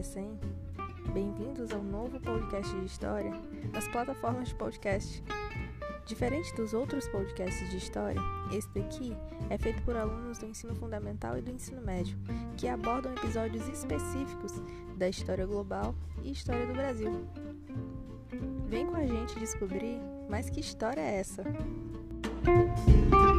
recém, bem-vindos ao novo podcast de história nas plataformas de podcast. Diferente dos outros podcasts de história, esse daqui é feito por alunos do ensino fundamental e do ensino médio, que abordam episódios específicos da história global e história do Brasil. Vem com a gente descobrir, mas que história é essa?